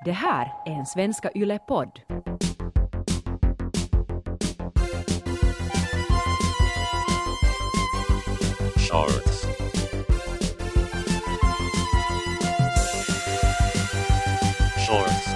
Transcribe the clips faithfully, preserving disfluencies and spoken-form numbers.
Det här är en Svenska Yle-podd. Shorts. Shorts.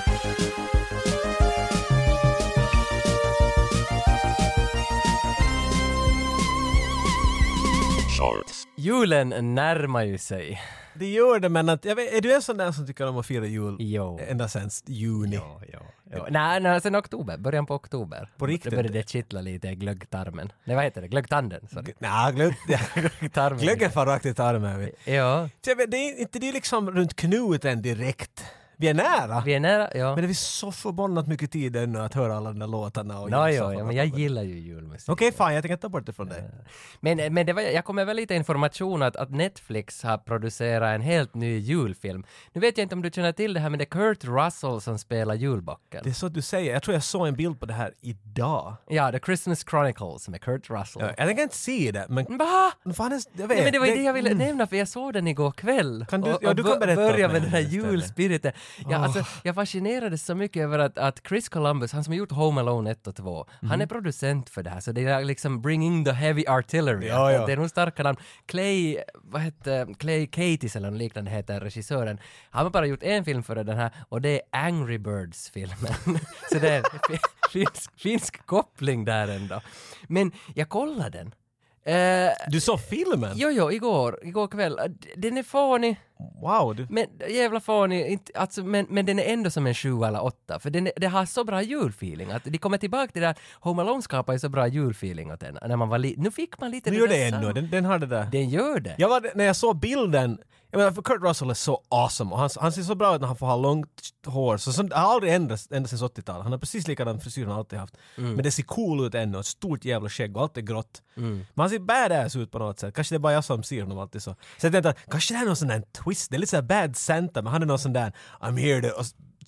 Shorts. Julen närmar ju sig. Det gör det, men att, jag vet, är du en sån där som tycker om att fira jul Jo. ända sen juni? Jo, jo, jo. Nej, nej, sen oktober. Början på oktober. På riktigt? Det började det kittla lite i glöggtarmen. Nej, vad heter det? Glöggtanden. Sorry. Nej, glögg, Tarmen. glöggen far rakt i tarmen. Ja, Så jag vet, det är inte det är liksom runt knuten direkt. Vi är nära. vi är nära. Ja. Men det är så förbannat mycket tid ännu att höra alla de där låtarna. Och Nå, julsofforna. jo, ja, men jag gillar ju julmusik. Okej, fan, jag tänker ta bort det från dig. Men, men det var, jag kommer väl lite information att, att Netflix har producerat en helt ny julfilm. Nu vet jag inte om du känner till det här, men det är Kurt Russell som spelar julbocken. Det är så du säger. Jag tror jag såg en bild på det här idag. Ja, The Christmas Chronicles med Kurt Russell. Ja, jag tänker inte se det, men... Va? Fan, jag vet. Nej, men det var ju det jag ville nämna, för jag såg den igår kväll. Kan du- och, ja, och du kan bör- berätta börja åt med mig den här istället. julspiriten. Ja, alltså, jag fascinerades så mycket över att, att Chris Columbus, han som har gjort Home Alone ett och två, han är producent för det här, så det är liksom bringing the heavy artillery. Ja, ja. Det är nog starka namn. Clay, vad heter Clay Catis eller något liknande heter regissören. Han har bara gjort en film för den här, och det är Angry Birds-filmen. Så det är en fi- finsk, finsk koppling där ändå. Men jag kollade den. Eh, Du såg filmen? Jo, jo, igår, igår kväll. Den är fånig, Wow, du... men jävla fånig, inte, alltså, men, men den är ändå som en sju eller åtta, för den, är- det har så bra julfeeling, att de kommer tillbaka till det där, Home Alone skapar ju så bra julfeeling åt den, när man var li- nu fick man lite Nu gör där det sam- ännu. Den, den har det där. Den gör det. Jag var, när jag såg bilden, jag menar, för Kurt Russell är så awesome och han, han ser så bra ut när han får ha långt hår. Så sånt, han har aldrig ändrats ända sedan åttiotalet. Han har precis likadan frisyr han alltid haft. Mm. Men det ser cool ut ännu, ett stort jävla skägg och allt är grått. Men han ser badass ut på något sätt. Kanske det är bara jag som ser honom alltid så. Så jag tänkte att kanske det här är någon sån där twist. Det är lite såhär bad Santa, men han är någon sån där I'm here to... och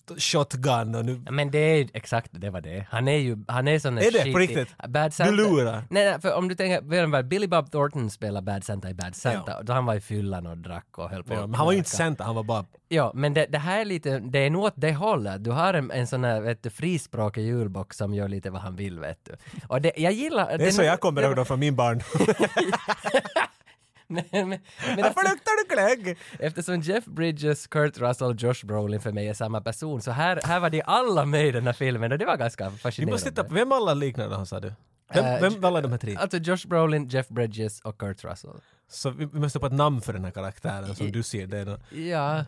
shotgun och nu... Men det är exakt, det var det. Han är ju, han är sån Är det shit på i- riktigt? Bad Santa. Du lurar. Nej, nej, för om du tänker, vet du vad, Billy Bob Thornton spelar Bad Santa i Bad Santa, Ja. då han var i fyllan och drack och höll på. Ja, att men han var ju inte knarka. Santa, han var bara... Ja, men det, det här är lite, det är nog åt det hållet. Du har en, en sån här, vet du, frispråkig julbock som gör lite vad han vill, vet du. Och det, jag gillar... Det är så jag kommer ihåg då från min barn. men, men, men Varför eftersom, luktar du glögg? eftersom Jeff Bridges, Kurt Russell och Josh Brolin för mig är samma person, så här, här var de alla med i den här filmen och det var ganska Vi fascinerande. måste titta på, vem alla liknar han sa du? Vem, Eh, vem var alla de här tre? Alltså Josh Brolin, Jeff Bridges och Kurt Russell. Så vi, vi måste på ett namn för den här karaktären som du ser. Det är någon... Ja,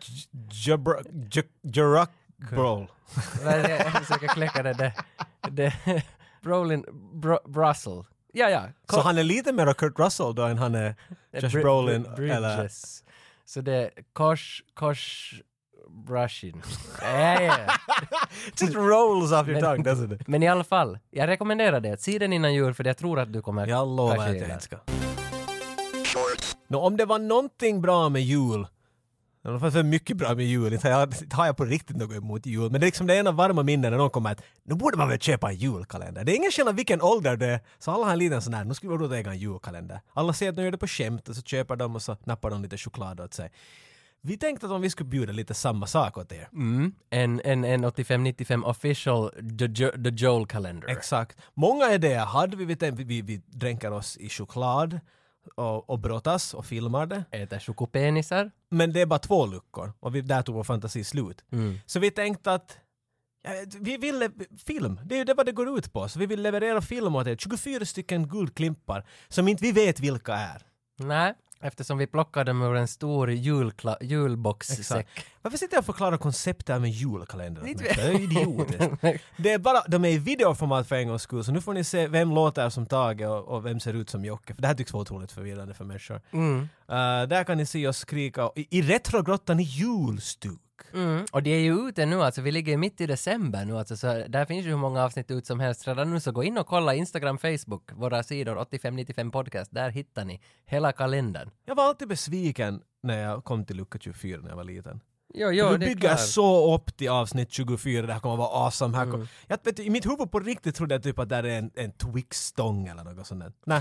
Jarak Brol. men jag försöker kläcka det. det, det Brolin, Bro, Russell. Ja, ja. Så han är lite mer Kurt Russell då än han är Josh Bri- Brolin Bri- eller... Bridges. Så det är Kosh, Kosh Brushin. Ja, ja. Just rolls off your Men- tongue, doesn't it? Men i alla fall, jag rekommenderar det. Se den innan jul, för jag tror att du kommer... Jag lovar kanske att gilla jag den. inte ska. Nå, om det var någonting bra med jul, det var för mycket bra med jul, inte har jag, inte har jag på riktigt något emot jul, men det är liksom det ena varma minnen när någon kommer att nu borde man väl köpa en julkalender. Det är ingen skillnad vilken ålder det är, så alla har en liten sån här, nu skulle vi råda äga en julkalender. Alla ser att de gör det på skämt och så köper de och så nappar de lite choklad åt sig. Vi tänkte att om vi skulle bjuda lite samma sak åt er. Mm. En, en, en åttiofem nittiofem official The, jo, the Joel Calendar. Exakt. Många idéer hade vi, vi, tänkte, vi, vi dränker oss i choklad och, och brottas och filmar det. Äter chokopenisar. Men det är bara två luckor och vi, där tog vår fantasi slut. Mm. Så vi tänkte att ja, vi ville film. Det är ju det vad det går ut på. Så vi vill leverera film åt er. tjugofyra stycken guldklimpar som inte vi vet vilka är. Nej, eftersom vi plockade dem ur en stor julkla- julboxsäck. Varför sitter jag och förklarar konceptet med julkalender? Inte Det är idiotiskt. Det är bara, de är i videoformat för en gångs skull, så nu får ni se vem låter som Tage och, och vem ser ut som Jocke. För det här tycks vara otroligt förvirrande för människor. Mm. Uh, där kan ni se oss skrika i, i retrogrottan i julstuk. Mm. Och det är ju ute nu, alltså vi ligger mitt i december nu, alltså, så där finns ju hur många avsnitt ut som helst redan nu, så gå in och kolla Instagram, Facebook, våra sidor åttiofem nittiofem podcast, där hittar ni hela kalendern. Jag var alltid besviken när jag kom till lucka tjugofyra när jag var liten. Jo, jo, du det är bygger klart. så upp till avsnitt tjugofyra, det här kommer vara awesome. Här kom, jag vet, i mitt huvud på riktigt trodde jag typ att det är en, en Twix-stång eller något sånt där. Nej.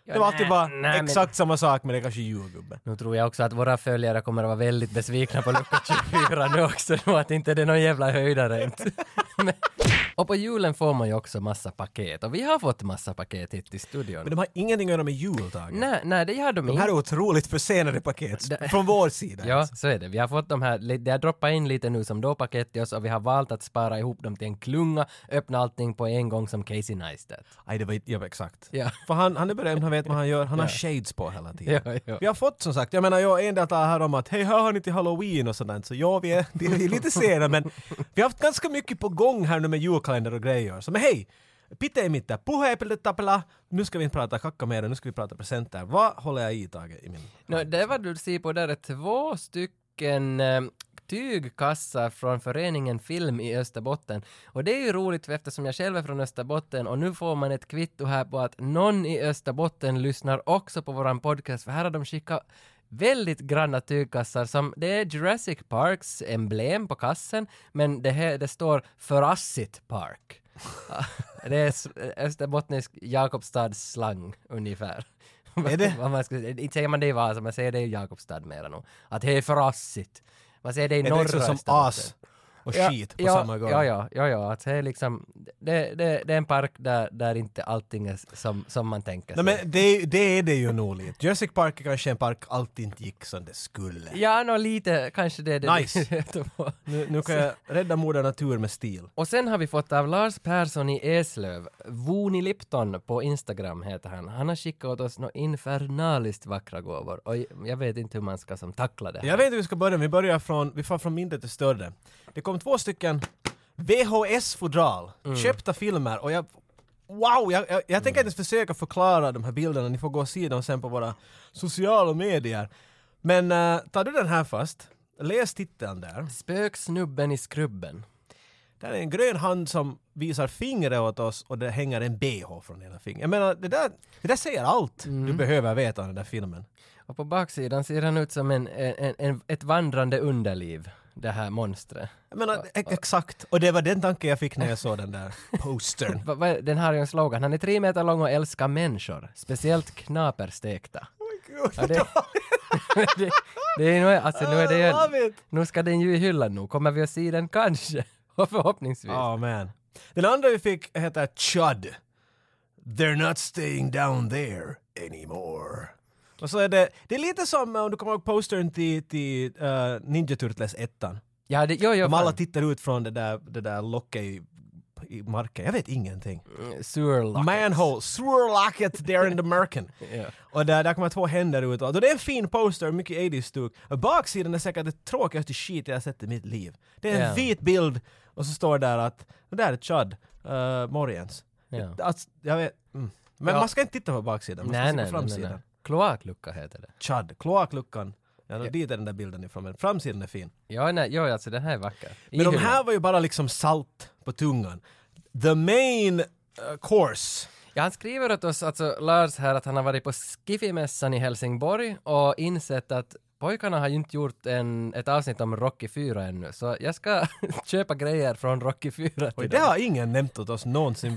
Det var alltid nej, bara nej, exakt men... samma sak, men det är kanske julgubben. Nu tror jag också att våra följare kommer att vara väldigt besvikna på lucka tjugofyra nu också, och att inte det är någon jävla höjdare inte. Men, och på julen får man ju också massa paket, och vi har fått massa paket hit i studion. Men de har ingenting att göra med juldagen. Nej, nej, det har de, De inte. här är otroligt försenade paket Det- från vår sida. Ja, alltså. så är det. Vi har fått de här, det har droppat in lite nu som då paket till oss, och vi har valt att spara ihop dem till en klunga, öppna allting på en gång som Casey Neistat. Nej, det var ja, exakt. Ja. För han, han är berömd, han vet vad han gör. Han har Ja. shades på hela tiden. Ja, ja. Vi har fått som sagt, jag menar jag en del tar här om att hej, här har ni till Halloween och sådant. Så ja, vi är, vi är lite sena, men vi har haft ganska mycket på gång här nu med julkalender och grejer. Så men hej, Pitte är mitt där. Puheipeltetapela. Nu ska vi inte prata kacka mer, nu ska vi prata presenter. Vad håller jag i Tage i min... No, det var du ser på där är två stycken eh, tygkassar från föreningen Film i Österbotten. Och det är ju roligt eftersom jag själv är från Österbotten, och nu får man ett kvitto här på att någon i Österbotten lyssnar också på våran podcast, för här har de skickat väldigt granna tygkassar som det är Jurassic Parks emblem på kassen, men det, här, det står Jurassic Park. Det är s- österbottnisk Jakobstads slang ungefär. Är det? Vad man ska, inte säger man det i Vasa, man säger det i Jakobstad mer nog. Att det är Jurassic. Man säger det i Är det norra liksom som Österbotten. as och Ja, skit på ja, samma gång? Ja, ja, ja, ja. Att det är liksom, det, det, det är en park där, där inte allting är som, som man tänker sig. Nej, men det, det är det ju nog lite. Jurassic Park är kanske en park allt inte gick som det skulle. Ja, no, lite, kanske det är det. Nice. det- Nu, nu kan jag rädda moder natur med stil. Och sen har vi fått av Lars Persson i Eslöv, Voni Lipton på Instagram heter han. Han har skickat åt oss några infernaliskt vackra gåvor, och jag vet inte hur man ska som tackla det här. Jag vet inte hur vi ska börja, vi börjar från, vi får från mindre till större. Det kom två stycken V H S-fodral, Mm. köpta filmer, och jag, wow, jag, jag, jag tänker inte ens försöka förklara de här bilderna, ni får gå och se dem sen på våra sociala medier. Men uh, tar du den här först, läs titeln där. Spöksnubben i skrubben. Där är en grön hand som visar fingret åt oss, och det hänger en B H från ena fingret. Jag menar, det där, det där säger allt Mm. du behöver veta om den där filmen. Och på baksidan ser han ut som en, en, en, ett vandrande underliv, det här monstret. Jag menar, e- exakt. Och det var den tanken jag fick när jag såg den där postern. Va- va- Den har ju en slogan. Han är tre meter lång och älskar människor. Speciellt knaperstekta. Ja, det, det, det är nu, alltså nu är det I love it. nu ska den ju i hyllan nu. Kommer vi att se den kanske? Och förhoppningsvis. Oh man. Den andra vi fick heter Chud. They're not staying down there anymore. Och så är det, det är lite som om du kommer ihåg postern till, till uh, Ninja Turtles ettan. Ja, det, jo, jo, De alla fan. tittar ut från det där, det där locket i, i marken. Jag vet ingenting. Mm, Sewerlocket. Manhole, Swirlocket there in the marken. Ja. Och där, där kommer två händer ut. Och det är en fin poster, mycket åttio-stuk. Och baksidan är säkert det tråkigaste skit jag har sett i mitt liv. Det är en Ja. vit bild, och så står där att det där är Chud, uh, Morgens. Ja. Alltså, jag vet, mm. Men Ja. man ska inte titta på baksidan, man ska Nej, se nej, på nej, nej, framsidan. nej. Kloaklucka heter det. Chud, kloakluckan. Ja, Ja. dit är den där bilden ifrån, men framsidan är fin. Ja, nej, jo, alltså den här är vacker. I Men de hyllan. här var ju bara liksom salt på tungan. The main uh, course. Ja, han skriver åt oss, alltså Lars här, att han har varit på Skiffy-mässan i Helsingborg och insett att pojkarna har ju inte gjort en, ett avsnitt om Rocky fyra ännu, så jag ska köpa grejer från Rocky fyra Oj, till det dem. har ingen nämnt åt oss någonsin.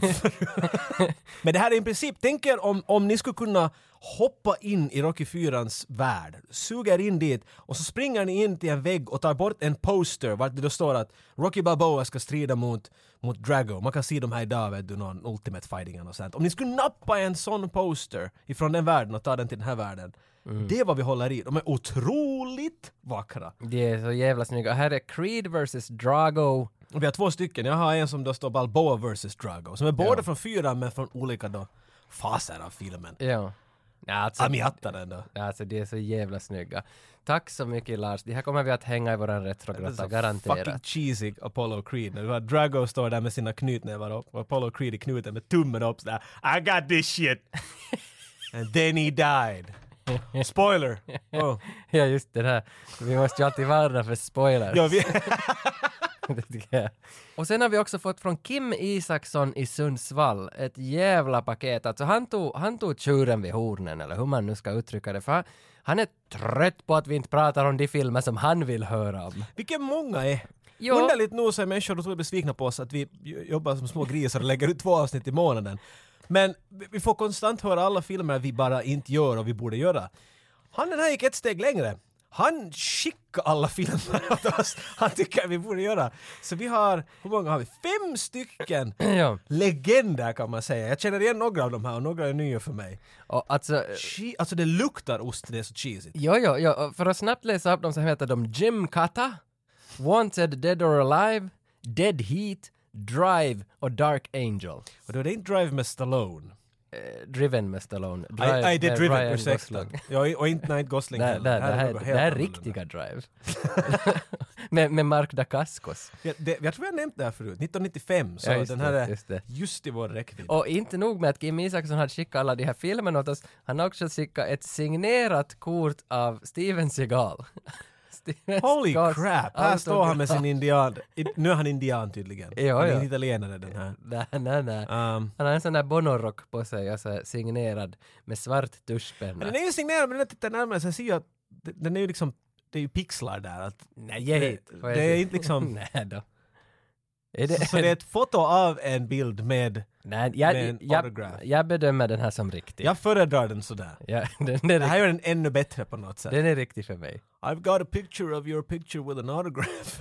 Men det här är i princip, tänk er om, om ni skulle kunna hoppa in i Rocky fyrans värld, suger in dit, och så springer ni in till en vägg och tar bort en poster vart det då står att Rocky Balboa ska strida mot, mot Drago. Man kan se de här idag, vet du, någon Ultimate Fighting och sånt. Om ni skulle nappa en sån poster ifrån den världen och ta den till den här världen, det är vad vi håller i. De är otroligt vackra. De är så jävla snygga. Här är Creed versus Drago. Och vi har två stycken. Jag har en som då står Balboa versus Drago, som är båda Ja. från fyran men från olika då faser av filmen. Ja. Ja, alltså, Amiattaren då. ja, alltså de är så jävla snygga. Tack så mycket Lars. Det här kommer vi att hänga i våran Det är retrogrotta, så fucking garanterat. cheesy Apollo Creed. När det var Drago står där med sina knytnävar upp och Apollo Creed i knuten med tummen upp sådär. I got this shit! And then he died. Spoiler! Oh. Ja, just det här. Vi måste ju alltid varna för spoilers. Ja, vi... Det tycker jag. Och sen har vi också fått från Kim Isaksson i Sundsvall ett jävla paket. Alltså han tog, han tog tjuren vid hornen, eller hur man nu ska uttrycka det. För han är trött på att vi inte pratar om de filmer som han vill höra om. Vilken många är. Jo. Underligt nog så är människor otroligt besvikna på oss att vi j- jobbar som små grisar och lägger ut två avsnitt i månaden. Men vi vi får konstant höra alla filmer vi bara inte gör och vi borde göra. Han den här gick ett steg längre. Han skickar alla filmer åt oss. Han tycker vi borde göra. Så vi har, hur många har vi? Fem stycken Ja. legender kan man säga. Jag känner igen några av dem här och några är nya för mig. Och alltså, Che- alltså det luktar ost, det är så cheesy. jo, jo, jo, och för att snabbt läsa upp dem så heter de Jim Kata, Wanted Dead or Alive, Dead Heat, Drive och Dark Angel. Och då är det inte Drive med Stallone. Eh, Driven med Stallone. Nej, nej, det är med Driven, Ryan ursäkta. Gosling. Ja, och inte Night Gosling Det, det, heller. det, här, något det helt här är annorlunda. riktiga Drive. med, med Mark Dacascos. Ja, det, jag tror jag nämnt det här förut, nittonhundranittiofem, så Ja, just den det, här är just just, det. i vår räckvidd. Och inte nog med att Kim Isaksson hade skickat alla de här filmerna åt oss, han har också skickat ett signerat kort av Steven Seagal. Steven Holy Seagals crap, här står han med sin autograf. indian. I, nu är han indian tydligen. Ja, han är ja. inte italienare den här. Nej, nej, nej. Um, Han har en sån där Bono-rock på sig, alltså signerad med svart tuschpenna. men den är ju signerad, men när jag tittar närmare så jag ser ju att d- den är ju liksom, det är ju pixlar där. Att Nej, ge det, hit. Får jag det är se? inte liksom, Nej då. Är det, så, så det är ett foto av en bild med, nej, jag, med en jag, autograph. jag bedömer den här som riktig. jag föredrar den sådär. Ja, den, den, Det här är, gör den ännu bättre på något sätt. den är riktig för mig. I've got a picture of your picture with an autograph.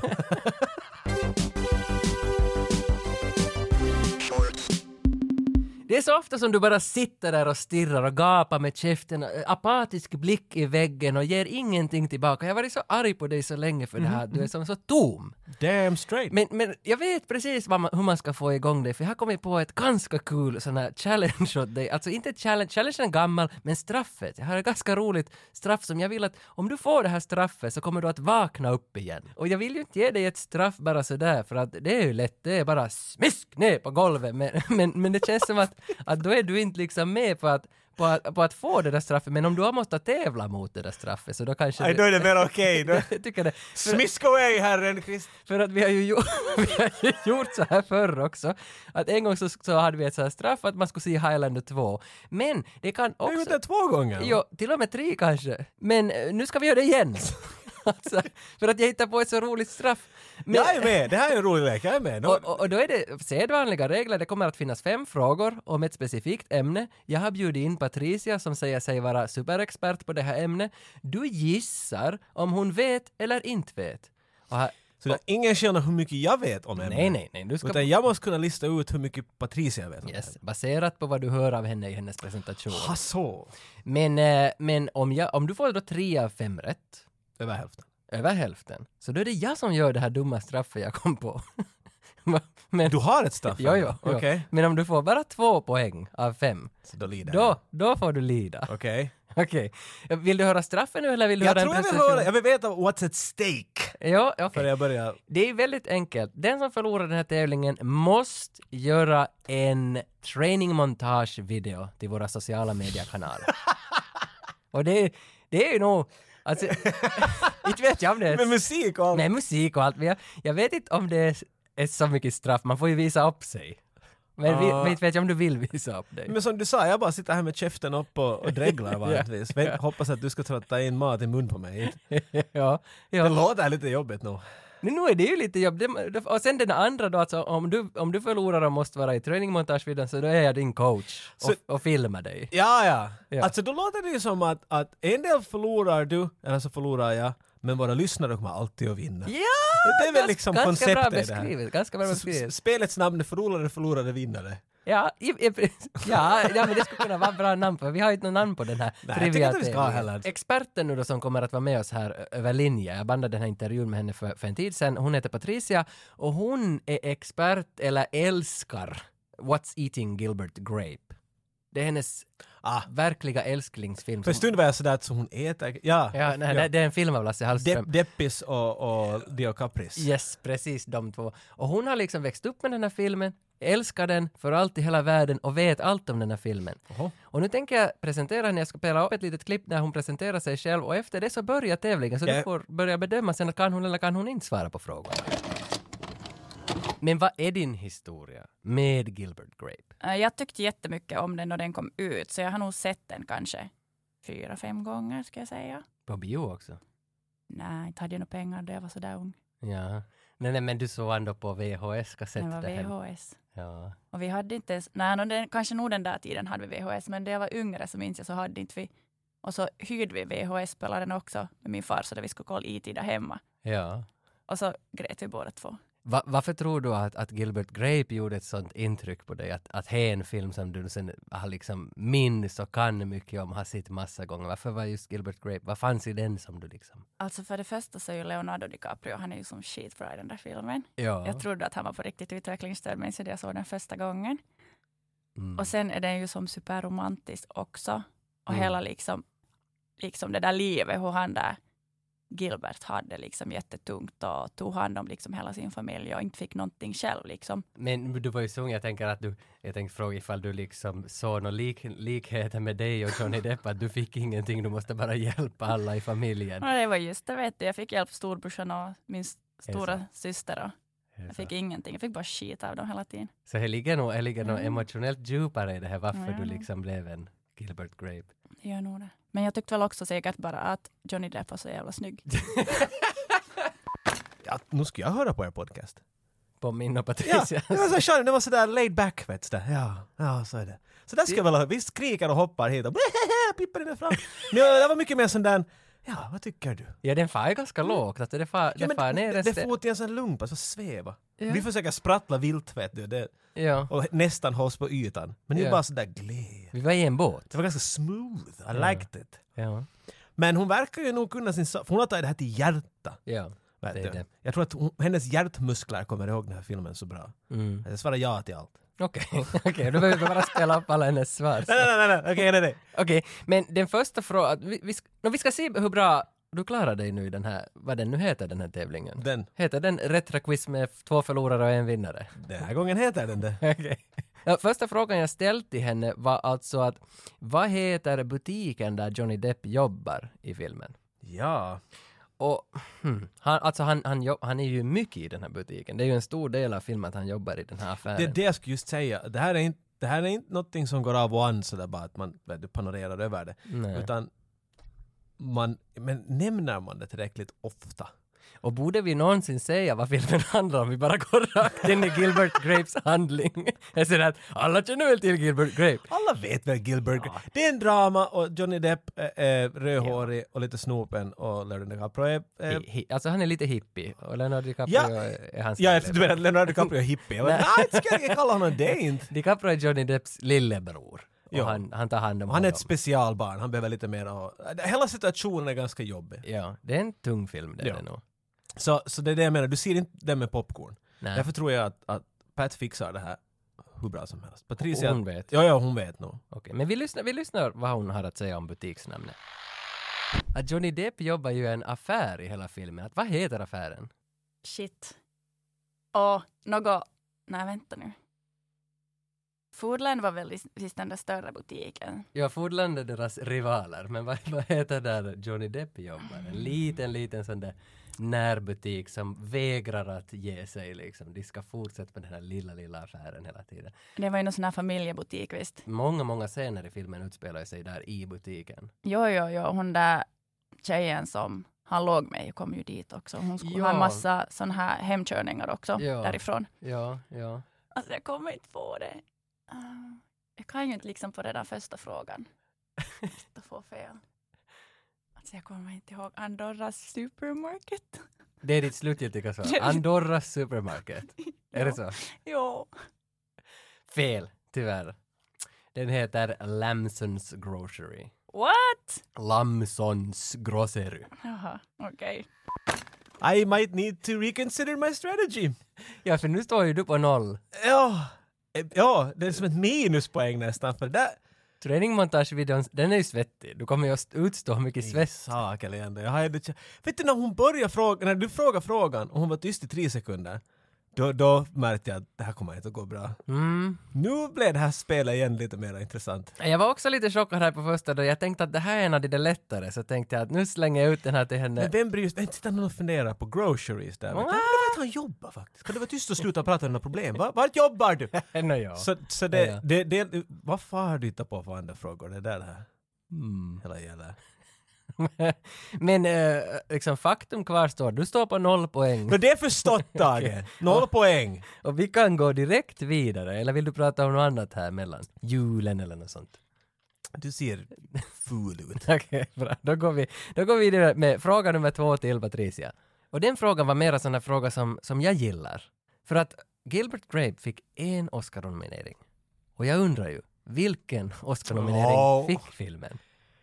Det är så ofta som du bara sitter där och stirrar och gapar med käften, äh, apatisk blick i väggen och ger ingenting tillbaka. Jag har varit så arg på dig så länge för det här, du är som så tom. Damn straight. Men, men jag vet precis vad man, hur man ska få igång det, för jag har kommit på ett ganska kul sån här challenge åt dig. Alltså inte ett challenge, challengen är gammal, men straffet. Jag har ett ganska roligt straff som jag vill att om du får det här straffet så kommer du att vakna upp igen. Och jag vill ju inte ge dig ett straff bara sådär, för att det är ju lätt, det är bara smisk ner på golvet. Men, men, men det känns som att, att då är du inte liksom med på att På att, på att få det där straffet, men om du har måste tävla mot det där straffet så då kanske... Nej, då är det väl okej. Då- jag tycker det. För, Smisk away, herren Krist. för att vi har ju gjort, vi har ju gjort så här förr också. Att en gång så, så hade vi ett så här straff att man skulle se Highlander två. Men det kan Har vi gjort också... det två gånger? Jo, till och med tre kanske. Men eh, nu ska vi göra det igen. Alltså, för att jag hittar på ett så roligt straff. Men, Jag är med, det här är en rolig lek, jag är med. och, och, och då är det sedvanliga regler, det kommer att finnas fem frågor om ett specifikt ämne. Jag har bjudit in Patricia som säger sig vara superexpert på det här ämnet. Du gissar om hon vet eller inte vet. Och här, Så det är ingen skillnad hur mycket jag vet om ämnet. nej, nej, nej. Du ska... Utan jag måste kunna lista ut hur mycket Patricia vet om Yes, baserat på vad du hör av henne i hennes presentation. ämnet. Ha så. Men, eh, men om, jag, om du får då tre av fem rätt, Över hälften. över hälften, så då är det jag som gör det här dumma straffet jag kom på. Men, Du har ett straff? jo, jo, jo. Okej. Men om du får bara två poäng av fem, Så då lider då, då får du lida. Okej. Okej. Vill du höra straffen nu eller vill du Jag höra tror en jag vill presentation? höra, jag vill veta what's at stake. Ja, okej. För jag börjar... Det är väldigt enkelt. Den som förlorar den här tävlingen måste göra en training-montage-video till våra sociala mediekanaler. Och det, det är ju nog... Alltså, inte vet jag om det är... Med musik och allt. Med musik och allt. Men jag, jag vet inte om det är, är så mycket straff. Man får ju visa upp sig. Men, vi, Ah. men inte vet jag om du vill visa upp dig. Men som du sa, jag bara sitter här med käften upp och, och dreglar vanligtvis. Ja. Men hoppas att du ska trötta in mat i mun på mig. ja, Det ja. låter lite jobbigt nog. Men nu är det ju lite jobb. Det, och sen den andra då, alltså, om, du, om du förlorar och måste vara i training-montagevideon så då är jag din coach och, Så- och filmar dig. Ja, ja. Ja. Alltså då låter det ju som att, att en del förlorar du, eller så förlorar jag, men våra lyssnare kommer alltid att vinna. Ja! Det är väl liksom ganska konceptet bra i det här. beskrivet. Ganska bra S- beskrivet. s- Spelets namn är förlorare, förlorare, vinnare. Ja, i, i, ja, ja, men det skulle kunna vara bra namn på. Vi har ju inte någon namn på den här Nej, jag tycker inte vi ska ha trivia-tävlingen. heller. Experten nu då som kommer att vara med oss här ö- över linje. Jag bandade den här intervjun med henne för, för en tid sedan. Hon heter Patricia och hon är expert eller älskar What's Eating Gilbert Grape. Det är hennes Ah. verkliga älsklingsfilm. För en som- stund var jag sådär att så hon äter... Ja, Ja, nej, Det, det är en film av Lasse Hallström. Depp, Deppis och, och Dio Capris. Yes, precis de två. Och hon har liksom växt upp med den här filmen, älskar den för allt i hela världen och vet allt om den här filmen. Oho. Och nu tänker jag presentera henne, jag ska spela upp ett litet klipp när hon presenterar sig själv och efter det så börjar tävlingen så Ja. du får börja bedöma sen kan hon eller kan hon inte svara på frågorna. Men vad är din historia med Gilbert Grape? Eh, Jag tyckte jättemycket om den när den kom ut, så jag har nog sett den kanske fyra, fem gånger ska jag säga. På bio också? Nej, inte hade jag några pengar då jag var så där ung. Ja. Nej, nej, men du såg ändå på V H S-kassett. Det var det V här. H S. Ja. Och vi hade inte ens, nej, no, den, kanske nog den där tiden hade vi V H S, men när jag var yngre så minns jag så hade inte vi. Och så hyrde vi V H S-spelaren också med min far så att vi skulle kolla E T där hemma. Ja. Och så grät vi båda två. Va, varför tror du att, att Gilbert Grape gjorde ett sånt intryck på dig? Att, att det är en film som du sen har liksom minns och kan mycket om, har sett massa gånger. Varför var just Gilbert Grape? Vad fanns i den som du liksom... Alltså för det första så är ju Leonardo DiCaprio, han är ju som skitbra i den där filmen. Ja. Jag trodde att han var på riktigt utvecklingsstörd men så jag såg den första gången. Mm. Och sen är den ju som superromantisk också. Och Mm. hela liksom, liksom det där livet, hur han där Gilbert hade liksom jättetungt och tog hand om liksom hela sin familj och inte fick någonting själv liksom. Men du var ju så ung, jag tänker att du, jag tänkte fråga ifall du liksom såg någon lik, likheter med dig och Johnny Depp, att du fick ingenting, du måste bara hjälpa alla i familjen. Och det var just det, vet du. Jag fick hjälp storbrorsan och min s- stora så? syster. Och jag fick ingenting. Jag fick bara skit av dem hela tiden. Så det ligger nog, det ligger nog Mm. emotionellt djupare i det här, varför Ja. du liksom blev en Gilbert Grape. Det gör nog det. Men jag tyckte väl också säkert bara att Johnny Depp var så jävla snygg. Ja, nu ska jag höra på er podcast. På min och Ja, Patricia. det var så skönt, det var sådär laid back, vet du. Ja, ja, så är det. Så där ska jag väl ha, vi skriker och hoppar hit och pippar den fram. Men ja, det var mycket mer sån där, ja, vad tycker du? Ja, den far ju ganska lågt. Alltså det far, Ja, det men far ner det, en det stä- får till en sån lumpa, så sväva. Ja. Vi försöker sprattla vilt, vet du, det, Ja, och nästan hålls på ytan. Men det är Ja. bara sådär gled. vi var i en båt. Det var ganska smooth, I Ja. liked it. Ja, Men hon verkar ju nog kunna sin sak, för hon har tagit det här till hjärta. ja. Vet Det är du. det. Jag tror att hon, hennes hjärtmuskler kommer ihåg den här filmen så bra. Mm. Jag svarar ja till allt. Okej, okej, då behöver vi bara spela upp alla hennes svar. Nej, nej, nej, nej, okej, nej, nej. Okej, men den första frågan, vi, vi, sk- no, vi ska se hur bra du klarar dig nu i den här, vad den nu heter den här tävlingen. Den, Heter den Retroquiz med två förlorare och en vinnare? den här gången heter den det. Okej. Ja, första frågan jag ställt till henne var alltså att vad heter butiken där Johnny Depp jobbar i filmen? Ja. Och hmm, han, alltså han, han, jobb, han är ju mycket i den här butiken. Det är ju en stor del av filmen att han jobbar i den här affären. Det är det jag skulle just säga. Det här är inte, det här är inte någonting som går av och an sådär bara att man vet, du, panorerar över det. Nej. Utan man, men nämner man det tillräckligt ofta? Och borde vi någonsin säga vad filmen handlar om? Vi bara går rakt in i Gilbert Grapes handling. Jag säger att alla känner väl till Gilbert Grape? Alla vet väl Gilbert. Ja. Det är en drama och Johnny Depp är, är rödhårig och lite snopen och Leonardo DiCaprio är... är Hi, hi, alltså han är lite hippie och Leonardo DiCaprio Ja. är hans ja, lillebror. du menar att Leonardo DiCaprio är hippie? Jag bara, Nej. nej, inte ska jag kalla honom det inte. DiCaprio är Johnny Depps lillebror. Och Ja. han, han tar hand om Han är honom. ett specialbarn, han behöver lite mer och, hela situationen är ganska jobbig. Ja, det är en tung film det är Ja. det nog. Så, så det är det jag menar, du ser inte det med popcorn. Nej. Därför tror jag att, att Pat fixar det här hur bra som helst. Patricia... Hon vet. Ja, ja, hon vet nog. Okej, men vi lyssnar, vi lyssnar vad hon har att säga om butiksnamnet. Att Johnny Depp jobbar ju i en affär i hela filmen. Att vad heter affären? Shit. Och något, nej vänta nu. Foodland var väl visst den där större butiken. Ja, Foodland är deras rivaler, men vad, vad heter där Johnny Depp jobbar? En liten, liten sån där närbutik som vägrar att ge sig liksom. De ska fortsätta med den här lilla, lilla affären hela tiden. Det var ju någon sån här familjebutik visst. Många, många scener i filmen utspelar sig där i butiken. Jo, jo, jo. Hon där tjejen som han låg med kom ju dit också. Hon skulle Ja. ha en massa sån här hemkörningar också Ja. därifrån. Ja, ja. Alltså jag kommer inte på det. Uh, jag kan ju inte liksom på den där första frågan. Inte få fel. Alltså jag kommer inte ihåg. Andorras supermarket. Det är ditt slutgiltiga svar. Andorras supermarket. Är det så? Jo. Fel, tyvärr. Den heter Lamsons Grocery. What? Lamsons Grocery. Jaha, okej. I might need to reconsider my strategy. Ja, för nu står ju du på noll. Ja, eh, ja, det är som ett minuspoäng nästan för det där. Trainingmontagevideon, den är ju svettig. Du kommer ju att utstå mycket svett. Sak eller ändå. Jag har inte... Vet du när hon började fråga, när du frågar frågan och hon var tyst i tre sekunder, då, då märkte jag att det här kommer inte att gå bra. Mm. Nu blev det här spelet igen lite mer intressant. Jag var också lite chockad här på första då jag tänkte att det här är en av de lättare, så tänkte jag att nu slänger jag ut den här till henne. Men vem bryr sig? Vem sitter någon och funderar på groceries där? Vet du? Jag vet att han jobbar faktiskt. Kan du vara tyst och sluta prata om några problem? Va? Vart jobbar du? Nå, ja. Så, så det, Ja, ja. det, det, vad fan har du hittat på för andra frågor? Det är där det här Mm. hela gäller. Men äh, liksom faktum kvarstår, du står på noll poäng. Men det är förstått, Tage. Okej. Noll poäng. Och vi kan gå direkt vidare, eller vill du prata om något annat här mellan julen eller något sånt? Du ser ful ut. Okej, bra. Då går vi, då går vi vidare med fråga nummer två till Patricia. Och den frågan var mer en sån här fråga som, som jag gillar. För att Gilbert Grape fick en Oscar-nominering. Och jag undrar ju, vilken Oscar-nominering Oh. fick filmen?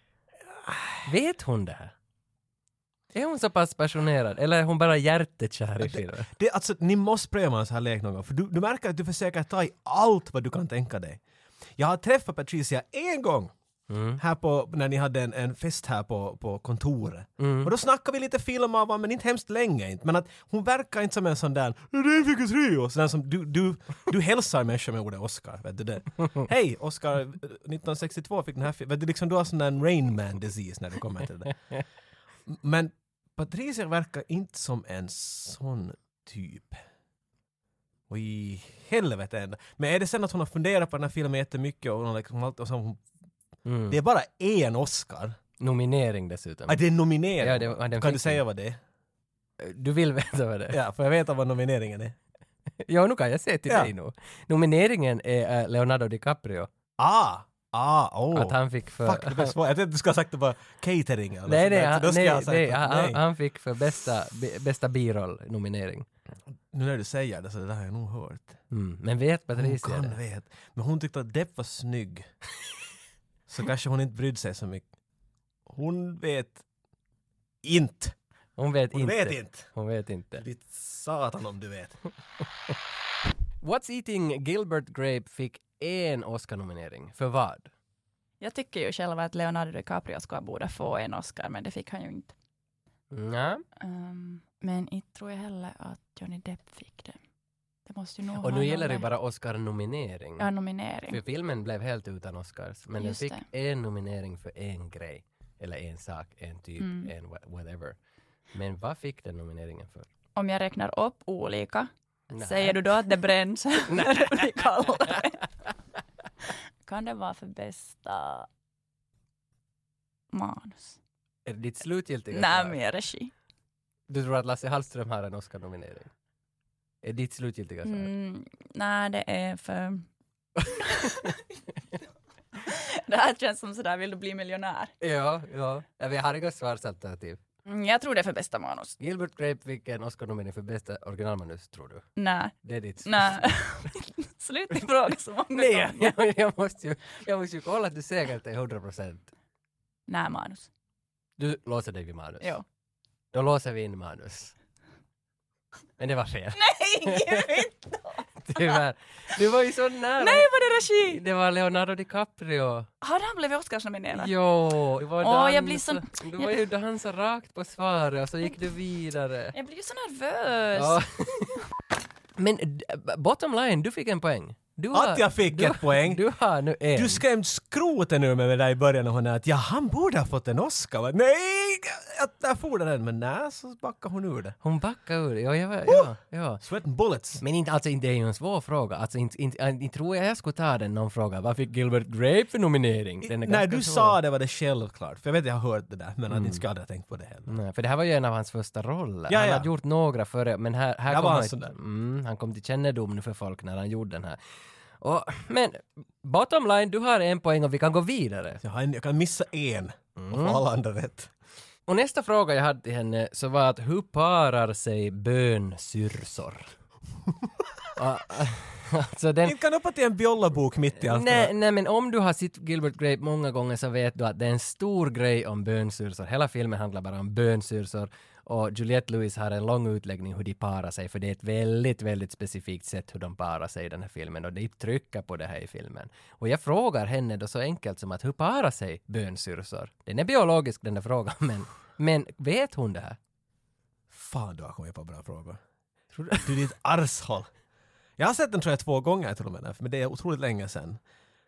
Vet hon det här? Är hon så pass passionerad? Eller är hon bara hjärtekär i filmen? Det, alltså, ni måste pröva en sån här lek någon gång. För du, du märker att du försöker ta i allt vad du kan tänka dig. Jag har träffat Patricia en gång. Mm. Här på, när ni hade en, en fest här på, på kontoret. Mm. Och då snackade vi lite film av men inte hemskt länge inte. Men att hon verkar inte som en sån där den fick ett trio. Sån som du, du, du hälsar människor med ordet Oscar. Vet du det? Hej, Oscar nittonhundrasextiotvå fick den här filmen. Vet du, liksom, du har sån där Rain Man disease när du kommer till det. Men Patricia verkar inte som en sån typ. Och i helvete ändå. Men är det sen att hon har funderat på den här filmen jättemycket och hon har liksom allt och så hon Mm. det är bara en Oscar. Nominering dessutom. Ah, det är nominering. Ja, det var- den kan fick du säga vad det är? Du vill veta vad det är? Ja, för jag vet vad nomineringen är. Ja, nu kan jag säga till Ja. dig nu. Nomineringen är äh, Leonardo DiCaprio. Ah! Ah, oh. Att han fick för... Fuck, det blir svårt. Jag tänkte att du skulle ha sagt det bara catering eller nej, sånt nej, där. Så han, då ska nej, jag ha sagt nej, att- han, nej. han fick för bästa, b- bästa biroll-nominering. Nu när du säger det så det där har jag nog hört. Mm. Men vet Hon Patricia kan det? vet. Men hon tyckte att Depp var snygg. Så kanske hon inte brydde sig så mycket. Hon vet inte. Hon vet Hon inte. vet inte. Hon vet inte. Ditt satan om du vet. What's Eating Gilbert Grape fick en Oscar-nominering. För vad? Jag tycker ju själv att Leonardo DiCaprio ska borde få en Oscar, men det fick han ju inte. Ja. Um, men inte tror jag heller att Johnny Depp fick det. Det måste ju nog Och ha nu gäller det någon- bara Oscar-nominering. Ja, nominering. För filmen blev helt utan Oscars. Men Just den fick en nominering för en grej. Eller en sak, en typ, Mm. en wha- whatever. Men vad fick den nomineringen för? Om jag räknar upp olika, Nej. säger du då att det bränns när det blir kallare? Kan det vara för bästa manus? Är det ditt slutgiltiga Nej, svar? mer regi. Du tror att Lasse Hallström har en Oscar-nominering? Är ditt slutgiltiga svar? Mm, nej, det är för... Det här känns som sådär, vill du bli miljonär? Ja, ja. ja. Vi har inga svarsalternativ. Mm, jag tror det är för bästa manus. Gilbert Grape fick en Oscar-nominering för bästa originalmanus, tror du? Nej, Det är ditt nej. Sluta fråga så många Nej, gånger. jag, jag, måste ju, jag måste ju kolla att du säkert är hundra procent. Nej, manus. Du låser dig vid manus. Jo. Då låser vi in manus. Men det var fel. Nej, inte! Tyvärr. Du var ju så nära. Nej, var det regi? Det var Leonardo DiCaprio. Har han blivit Oscarsnominerad? Jo, det var Åh, dans. jag blir så- Du var ju dansa rakt på svaret och så gick du vidare. Jag blir ju så nervös. Ja. Men d- bottom line, du fick en poäng. Du Att jag fick du, ett poäng. Du har nu en. Du skrämde skroten ur med mig där i början och hon är att ja, han borde ha fått en Oscar. Va? Nej! Jag, jag for den, men nej, så backade hon ur det. Hon backade ur det. Ja, jag, var- ja, ja. Sweat and bullets. Men inte, alltså, inte, det är ju en svår fråga. Alltså, inte, inte, inte tror jag jag skulle ta den någon fråga. Vad fick Gilbert Grape för nominering? Den är När ganska du svår. sa det var det självklart. För jag vet jag har hört det där, men Mm. att inte ska jag aldrig ha tänkt på det heller. Nej, för det här var ju en av hans första roller. Ja, han ja. hade gjort några före, men här, här Där kom var han, han sådär. mm, han kom till kännedom nu för folk när han gjorde den här. Och, men bottom line, du har en poäng och vi kan gå vidare. Jag, har en, jag kan missa en Mm. och få alla andra rätt. Och nästa fråga jag hade till henne så var att hur parar sig bönsyrsor? Ah, alltså den, Inte kan upp till en bjollabok mitt i allt det nej, där. nej, men om du har sett Gilbert Grape många gånger så vet du att det är en stor grej om bönsyrsor. Hela filmen handlar bara om bönsyrsor. Och Juliette Lewis har en lång utläggning hur de parar sig, för det är ett väldigt, väldigt specifikt sätt hur de parar sig i den här filmen, och de trycker på det här i filmen. Och jag frågar henne då så enkelt som att hur parar sig bönsyrsor? Den är biologisk den där frågan, men, men vet hon det här? Fan, du har kommit på bra frågor. Tror du, du är ditt arshåll. Jag har sett den tror jag två gånger till och med, men det är otroligt länge sedan.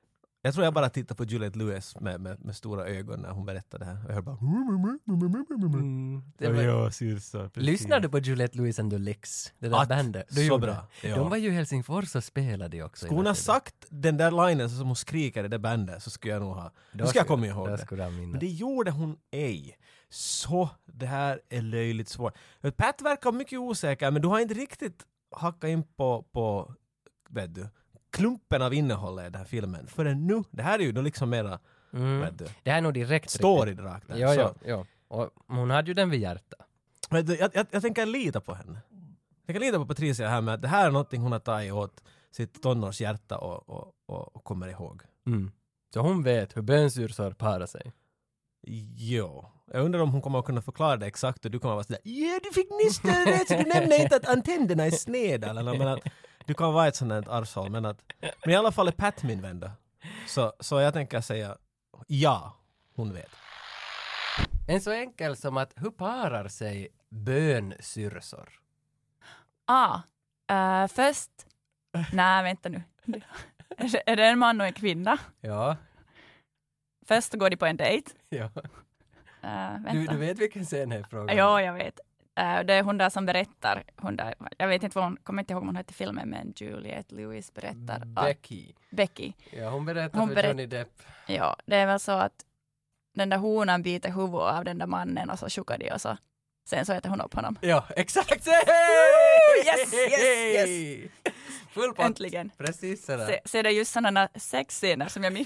Jag tror jag bara tittar på Juliette Lewis med, med, med stora ögon när hon berättar det här. Jag hör bara... Mm. Det var, ja, syrsa, lyssnar du på Juliette Lewis and the Licks? Det där Att, bandet? Du så gjorde bra. det. Ja. De var ju i Helsingfors och spelade också. Skulle hon ha sagt den där linen som hon skriker i det bandet så skulle jag nog ha... Då ska jag komma ihåg det. Skulle jag Men det gjorde hon ej. Så det här är löjligt svårt. Pat verkar mycket osäker, men du har inte riktigt hackat in på, på vet du, klumpen av innehållet i den här filmen. För nu, det här är ju då liksom mera mm. vet du, det här är nog direkt story rakt där. Ja, så, ja, ja. Och hon hade ju den vid hjärtat. vet du, jag, jag, jag tänker lita på henne. Jag kan lita på Patricia här med att det här är någonting hon har tagit åt sitt tonårshjärta och, och, och, och kommer ihåg. Mm. Så hon vet hur bönsyrsor parar sig. Jo. Jag undrar om hon kommer att kunna förklara det exakt och du kommer att vara sådär, ja du fick nyss rätt så du nämnde inte att antennerna är sneda eller något, men att du kan vara ett sånt här arshåll, men att men i alla fall är Pat min vän då. Så, så jag tänker säga ja, hon vet. En så enkel som att hur parar sig bönsyrsor? Ah, uh, först... Nej, vänta nu. Är det en man och en kvinna? Ja. Först går de på en dejt. Ja. Uh, Du, du vet vilken scen är frågan? Ja, jag vet. Uh, det är hon där som berättar. Hon där, jag vet inte vad hon, kommer inte ihåg vad hon heter i filmen, men Juliette Lewis berättar. Becky. Att, Becky. Ja, hon berättar Hon för berätt- Johnny Depp. Ja, det är väl så att den där honan biter huvudet av den där mannen och så tjockar de och så sen så äter hon upp honom. Ja, exakt! Yes, yes, yes! Full pott. Äntligen. Precis sådär. Se, så är det just sådana sexscener som jag minns.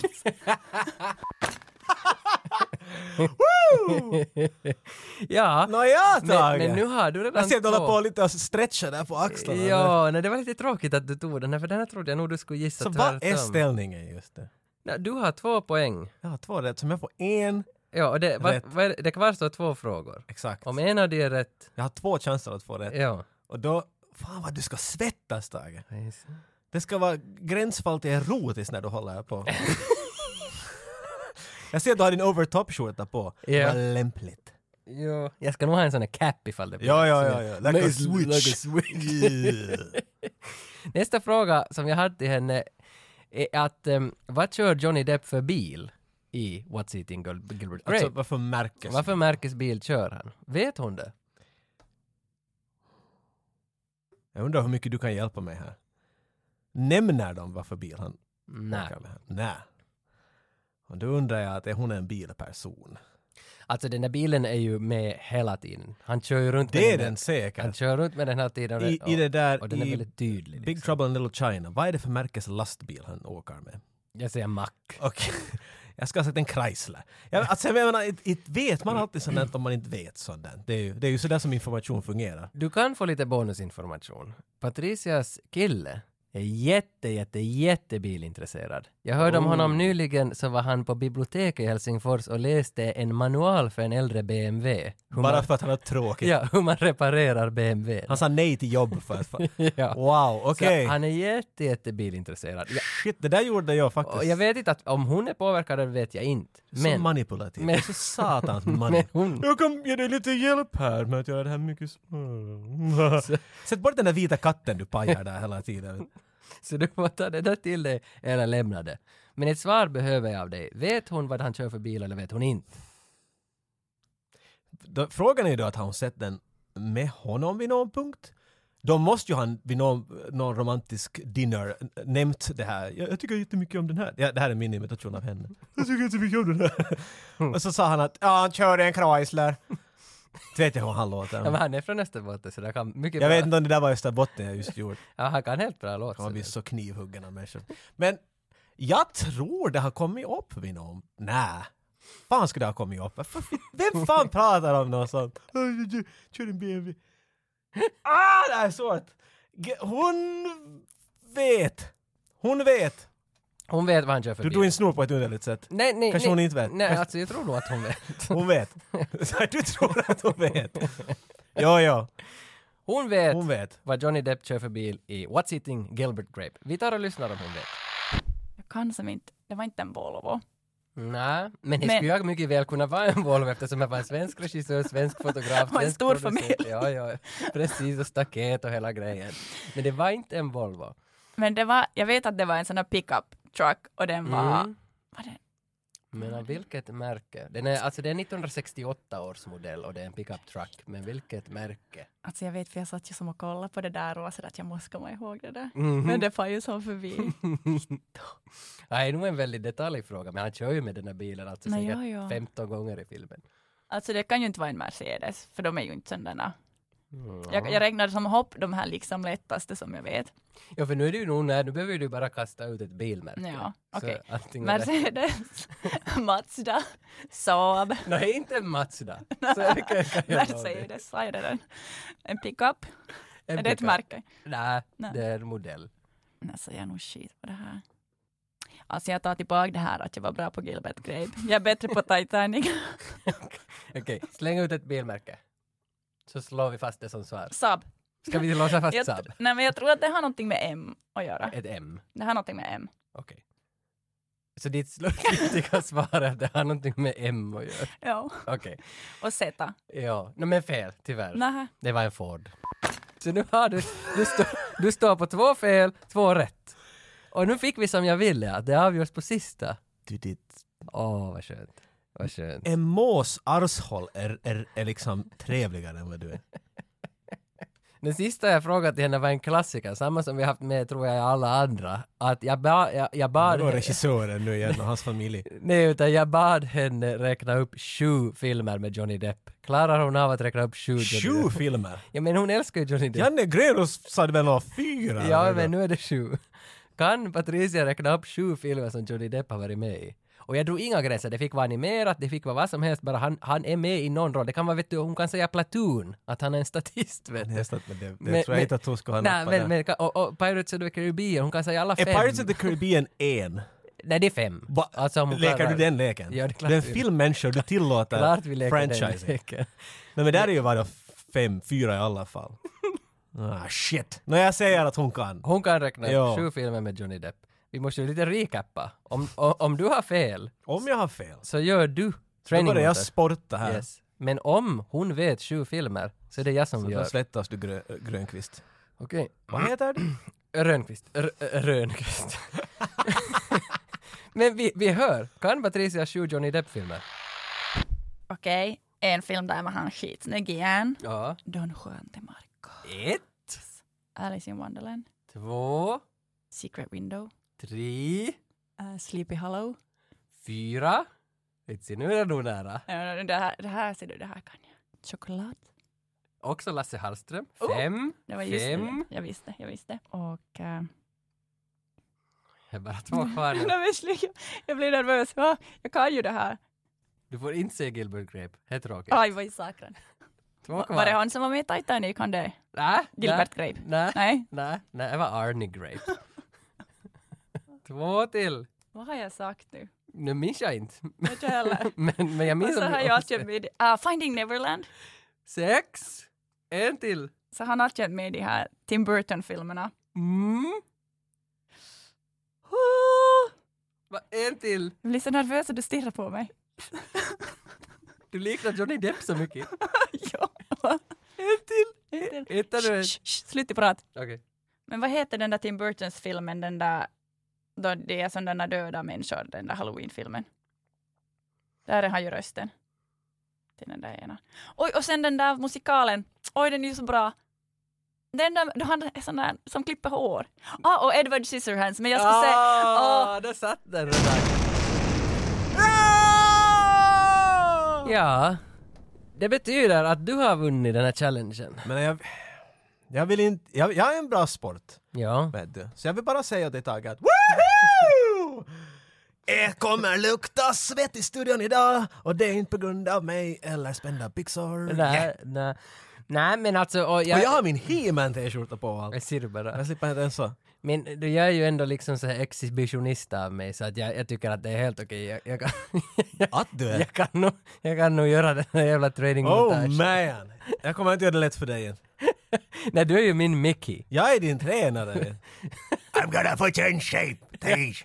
Ja, Nåja, men, Tage. men nu har du redan Jag ser att du håller två. på lite och stretcha där på axlarna. Ja, nej, det var lite tråkigt att du tog den här, för den här trodde jag nog du skulle gissa Så vad är tvärtom. ställningen just det? Nej, du har två poäng. Jag har två rätt, som jag får en. Ja, och det, va, Rätt. va, det kvarstår två frågor. Exakt. Om en av de är rätt, Jag har två chanser att få rätt. ja. Och då, fan vad du ska svettas, Tage. Det ska vara gränsfall till erotiskt när du håller här på. Jag ser att du har din overtop-skjorta på. Ja. Vad lämpligt. Ja, jag ska nog ha en sån här cap ifall det blir. Ja, ja, ja. ja. Like a Nice, switch. like a switch. Yeah. Nästa fråga som jag hade till henne är att um, vad kör Johnny Depp för bil i What's Eating Gil- Gilbert Grape? Alltså, varför märkes Varför märkesbil kör han? Vet hon det? Jag undrar hur mycket du kan hjälpa mig här. Nämner de varför bil han Nej. åker med? Nej. Och då undrar jag att är hon en bilperson? Alltså den där bilen är ju med hela tiden. Han kör ju runt Det med är där. den säkert. Han kör runt med den här tiden. I, och, I det där, och den är i väldigt tydlig. Big Liksom. Trouble in Little China, vad är det för märkes lastbil han åker med? Jag säger Mack. Okej, jag ska ha sett en Chrysler. Jag, alltså, jag menar, it, it vet man alltid sådant om man inte vet sådant. Det är ju, det är ju sådär som information fungerar. Du kan få lite bonusinformation. Patricias kille är jätte, jätte, jätte bilintresserad. Jag hörde om Oh. honom nyligen, så var han på biblioteket i Helsingfors och läste en manual för en äldre B M W. Hur Bara man, för att han har tråkigt. ja, hur man reparerar B M W. Han sa nej till jobb för att... ja. Wow, okej. Så han är jätte, jätte bilintresserad. Ja, Shit, det där gjorde jag faktiskt. och jag vet inte att om hon är påverkad, det vet jag inte. Så Men, manipulativ. men- så satans men manipulativ. hon... Jag kan ge dig lite hjälp här med att göra det här mycket små. Sätt bort den där vita katten du pajar där hela tiden. Så du får ta det där till dig eller lämna det. Men ett svar behöver jag av dig. Vet hon vad han kör för bil eller vet hon inte? Då, frågan är ju då att har hon sett den med honom vid någon punkt? Då måste ju han vid någon, någon romantisk dinner nämnt det här. Jag, jag tycker jättemycket om den här. Ja, det här är min imitation av henne. Jag tycker jättemycket om den här. Och så sa han att ja, han kör en Chrysler. Det vet jag hur han låter. Ja, men han är från Österbotten så det kan mycket Jag bra. vet inte om det där var Österbotten jag just gjort. Ja, han kan helt bra låt. Han så blir det- så knivhuggen av människor. Men jag tror det har kommit upp vid någon. Nej. Fan skulle det ha kommit upp? Varför- Vem fan pratar om något sånt? Kör en B M W. Ah, det här är svårt. Ge- Hon vet. Hon vet. Hon vet vad han kör för Du bil. tog in snor på ett underligt sätt. Nej, nej, Kanske nej, hon inte vet. Nej, Kanske- alltså jag tror nog att hon vet. Hon vet. Så du tror att hon vet. Ja, ja. Hon vet Hon vet. vad Johnny Depp kör för bil i What's Eating Gilbert Grape. Vi tar och lyssnar om hon vet. Jag kan som inte, det var inte en Volvo. Nej, men det Men- skulle jag mycket väl kunna vara en Volvo eftersom jag var en svensk regissör, svensk fotograf, Och en svensk stor producent. familj. Ja, ja, precis, och staket och hela grejen. Men det var inte en Volvo. Men det var, jag vet att det var en sån här pickup truck och den var Mm. Var det? Men av vilket märke? Den är, alltså det är nittonhundrasextioåtta års modell och det är en pickup truck. Men vilket märke? Alltså jag vet för jag satt ju som och kollade på det där och så att jag måste komma ihåg det där. Mhm. Men det var ju så förbi. Det är nog en väldigt detaljfråga, men han kör ju med den här bilen alltså Nej, säkert ja, ja. femton gånger i filmen. Alltså det kan ju inte vara en Mercedes, för de är ju inte sådana. Mm. Jag, jag räknar som hopp de här liksom lättaste som jag vet. Ja, för nu är det ju nog när, nu behöver du bara kasta ut ett bilmärke. Ja, Så okej. antingen är det- Mercedes, Mazda, Saab, Nej, inte en Mazda. Så jag kan, kan jag lova dig. Mercedes, vad är det den? En pickup? En Är det ett pickup. märke? Nej, Nej. det är en modell. Alltså jag är nog skit på det här. Alltså jag tar tillbaka det här att jag var bra på Gilbert Grape. Jag är bättre på Titanic. Okej, släng ut ett bilmärke. Så slår vi fast det som svar. Saab. Ska vi låsa fast Jag, Saab? nej men jag tror att det har någonting med M att göra. Ett M. Det har någonting med M. Okej. Så ditt slutgiltiga svar är att det har någonting med M att göra. Ja. Okej. Och Z. Ja, no, men fel, tyvärr. Nähä. Det var en Ford. Så nu har du, du, stå, du står på två fel, två rätt. Och nu fick vi som jag ville, att det avgörs på sista. Du, ditt... Åh, vad skönt. Vad skönt. En mås arshåll är, är, är liksom trevligare än vad du är. Den sista jag frågat till henne var en klassiker, samma som vi haft med tror jag i alla andra. Att jag, ba, jag, jag bad... Det var regissören nu igen och hans familj. Nej, utan jag bad henne räkna upp sju filmer med Johnny Depp. Klarar hon av att räkna upp sju Johnny Sju Depp? filmer! Ja, men hon älskar ju Johnny Depp. Janne Greros sa det väl några fyra? Ja, eller? men nu är det sju. Kan Patricia räkna upp sju filmer som Johnny Depp har varit med i? Och jag drog inga gränser. Det fick vara animerat, det fick vara vad som helst. Bara han, han är med i någon roll. Det kan vara, vet du, hon kan säga Platoon. Att han är en statist, vet du. Nästan, men det, det Men- tror jag men- inte att hon ska ha Nej, nappat men, där. men, och, och Pirates of the Caribbean, hon kan säga alla Är fem. Pirates of the Caribbean en? Nej, det är fem. Va? Alltså, om hon Leker klarar- du den leken? Ja, det är klart den vi- filmmänniskor du tillåter Klart vi leker den franchising. leken. Nej men där är ju bara fem, fyra i alla fall. Ah shit. När jag säger att hon kan. Hon kan räkna upp Ja. sju filmer med Johnny Depp. Vi måste ju lite recappa. Om, o- om du har fel, Om jag har fel. så gör du Då training börjar jag motor. sporta här. Yes. Men om hon vet sju filmer, så är det jag som Så gör. då slättas du grö, Grönqvist. Okej. Vad heter du? Rönnqvist. R- Rönnqvist. Men vi, vi hör. Kan Patricia sju Johnny Depp-filmer? Okej, en film där var han skitsnygg igen. Ja. Don Juan de Marco. Ett, Alice in Wonderland. två, Secret Window. tre, Uh, Sleepy Hollow. fyra. Vitsi, nu är det nog nära. Ja, det, här, det här ser du, det här kan jag. Choklad. Också Lasse Hallström. Oh, Fem, Det var just fem. det. Jag visste, jag visste. Och... Uh, Det är bara två kvar nu. Nej, men slut, jag blir nervös. Ja, jag kan ju det här. Du får inte se Gilbert Grape. Det är tråkigt. Aj, vad i sakran. Två kvar. Var det han som var med i Titanic? Han det? Nej. Gilbert nej, Grape? Nej. Nej. Nej. Nej, det var Arnie Grape. Två till. Vad har jag sagt nu? Nu minns jag inte. Inte heller. men, men jag Och minns så om- har jag alltid med i uh, Finding Neverland. Sex. En till. Så han har alltid med i de här Tim Burton-filmerna. Mm. Va, en till. Jag blir så nervös att du stirrar på mig. Du liknar Johnny Depp så mycket. Ja. En till. En till. Hittar du en? Shh, shh, Sluta prata. Okej. Men vad heter den där Tim Burtons filmen, den där då det är sådana döda människor, den där Halloween-filmen. Där är han ju rösten. Till den där ena. Oj, och sen den där musikalen. Oj, den är ju så bra. Den där, då han är sån där som klipper hår. Ah, och Edward Scissorhands, men jag ska säga... Ah, där satt den redan. Ja. Det betyder att du har vunnit den här challengen. Men jag... Jag vill inte... Jag, jag är en bra sport. Ja. Vet du. Så jag vill bara säga till Tage att Woohoo! Det kommer lukta svett i studion idag och det är inte på grund av mig eller spända Pixar. Nej, nej. Nej, men alltså... Och jag, Och jag har min He-Man t-skjorta på och allt. Jag ser det bara. Jag slipper inte ens så. Men du gör ju ändå liksom så här exhibitionist av mig, så att jag, jag tycker att det är helt okej. Jag, jag, kan, Att du är? jag, kan nog, jag kan nog göra den här jävla training Oh montage. man! Jag kommer inte göra det lätt för dig igen. Nej, du är ju min Mickey. Jag är din tränare. I'm gonna put you in shape, Tage.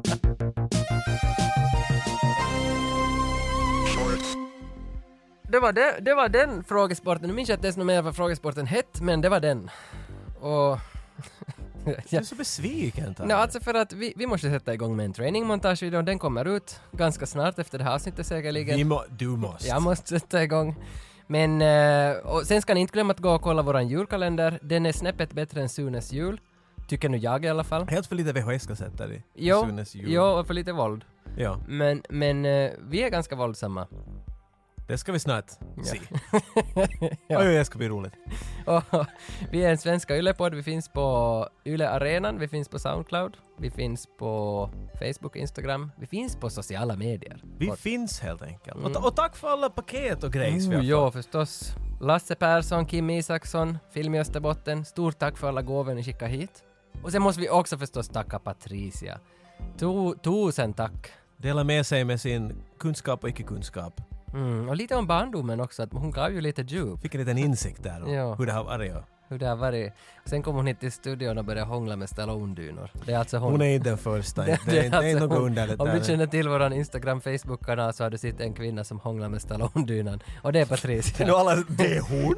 Det var, det, det var den frågesporten. Nu minns jag inte ens något mer vad frågesporten hette, men det var den. Och Jag är så besviken. No, alltså för att vi, vi måste sätta igång med en trainingmontagevideo. Den kommer ut ganska snart efter det här avsnittet säkerligen. Vi må, du måste. Jag måste sätta igång. Men uh, och sen ska ni inte glömma att gå och kolla våran julkalender. Den är snäppet bättre än Sunes jul. Tycker nu jag i alla fall. Helt för lite V H S-kassetter i Jo, Sunes jul. jo, och för lite våld. Ja, Men, men uh, vi är ganska våldsamma. det ska vi snart se. Ja. Oj, det ska bli roligt. Och vi är en svenska Yle-podd. Vi finns på Yle Arenan, vi finns på Soundcloud, vi finns på Facebook, Instagram, vi finns på sociala medier. Vi och, finns helt enkelt. Mm. Och, ta- och tack för alla paket och grejs vi oh, har ja, fått. förstås. Lasse Persson, Kim Isaksson, Film i Österbotten. Stort tack för alla gåvor ni skickar hit. Och sen måste vi också förstås tacka Patricia. To- tusen tack. Dela med sig med sin kunskap och icke-kunskap. Mm, och lite om barndomen också, att hon gav ju lite djup. Fick en liten insikt där om Ja. hur det har varit. Och Hur det har varit. Och sen kom hon hit till studion och började hångla med Stallone-dynor. Det är alltså hon. hon är inte den första. Det, Det- det, det är är inte- det är inte alltså något hon. underligt Om du där. känner till våran Instagram-Facebook-kanal så har du sett en kvinna som hånglar med Stallone-dynan. Och det är Patricia. Nu alla, det är hon.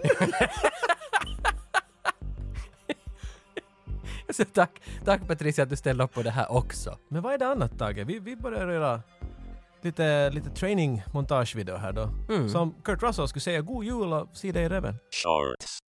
Så tack, tack Patricia att du ställde upp på det här också. Men vad är det annat, Tage? Vi, vi börjar göra lite, lite training-montagevideo här då. Mm. Som Kurt Russell skulle säga, god jul och se dig i reven. Shorts.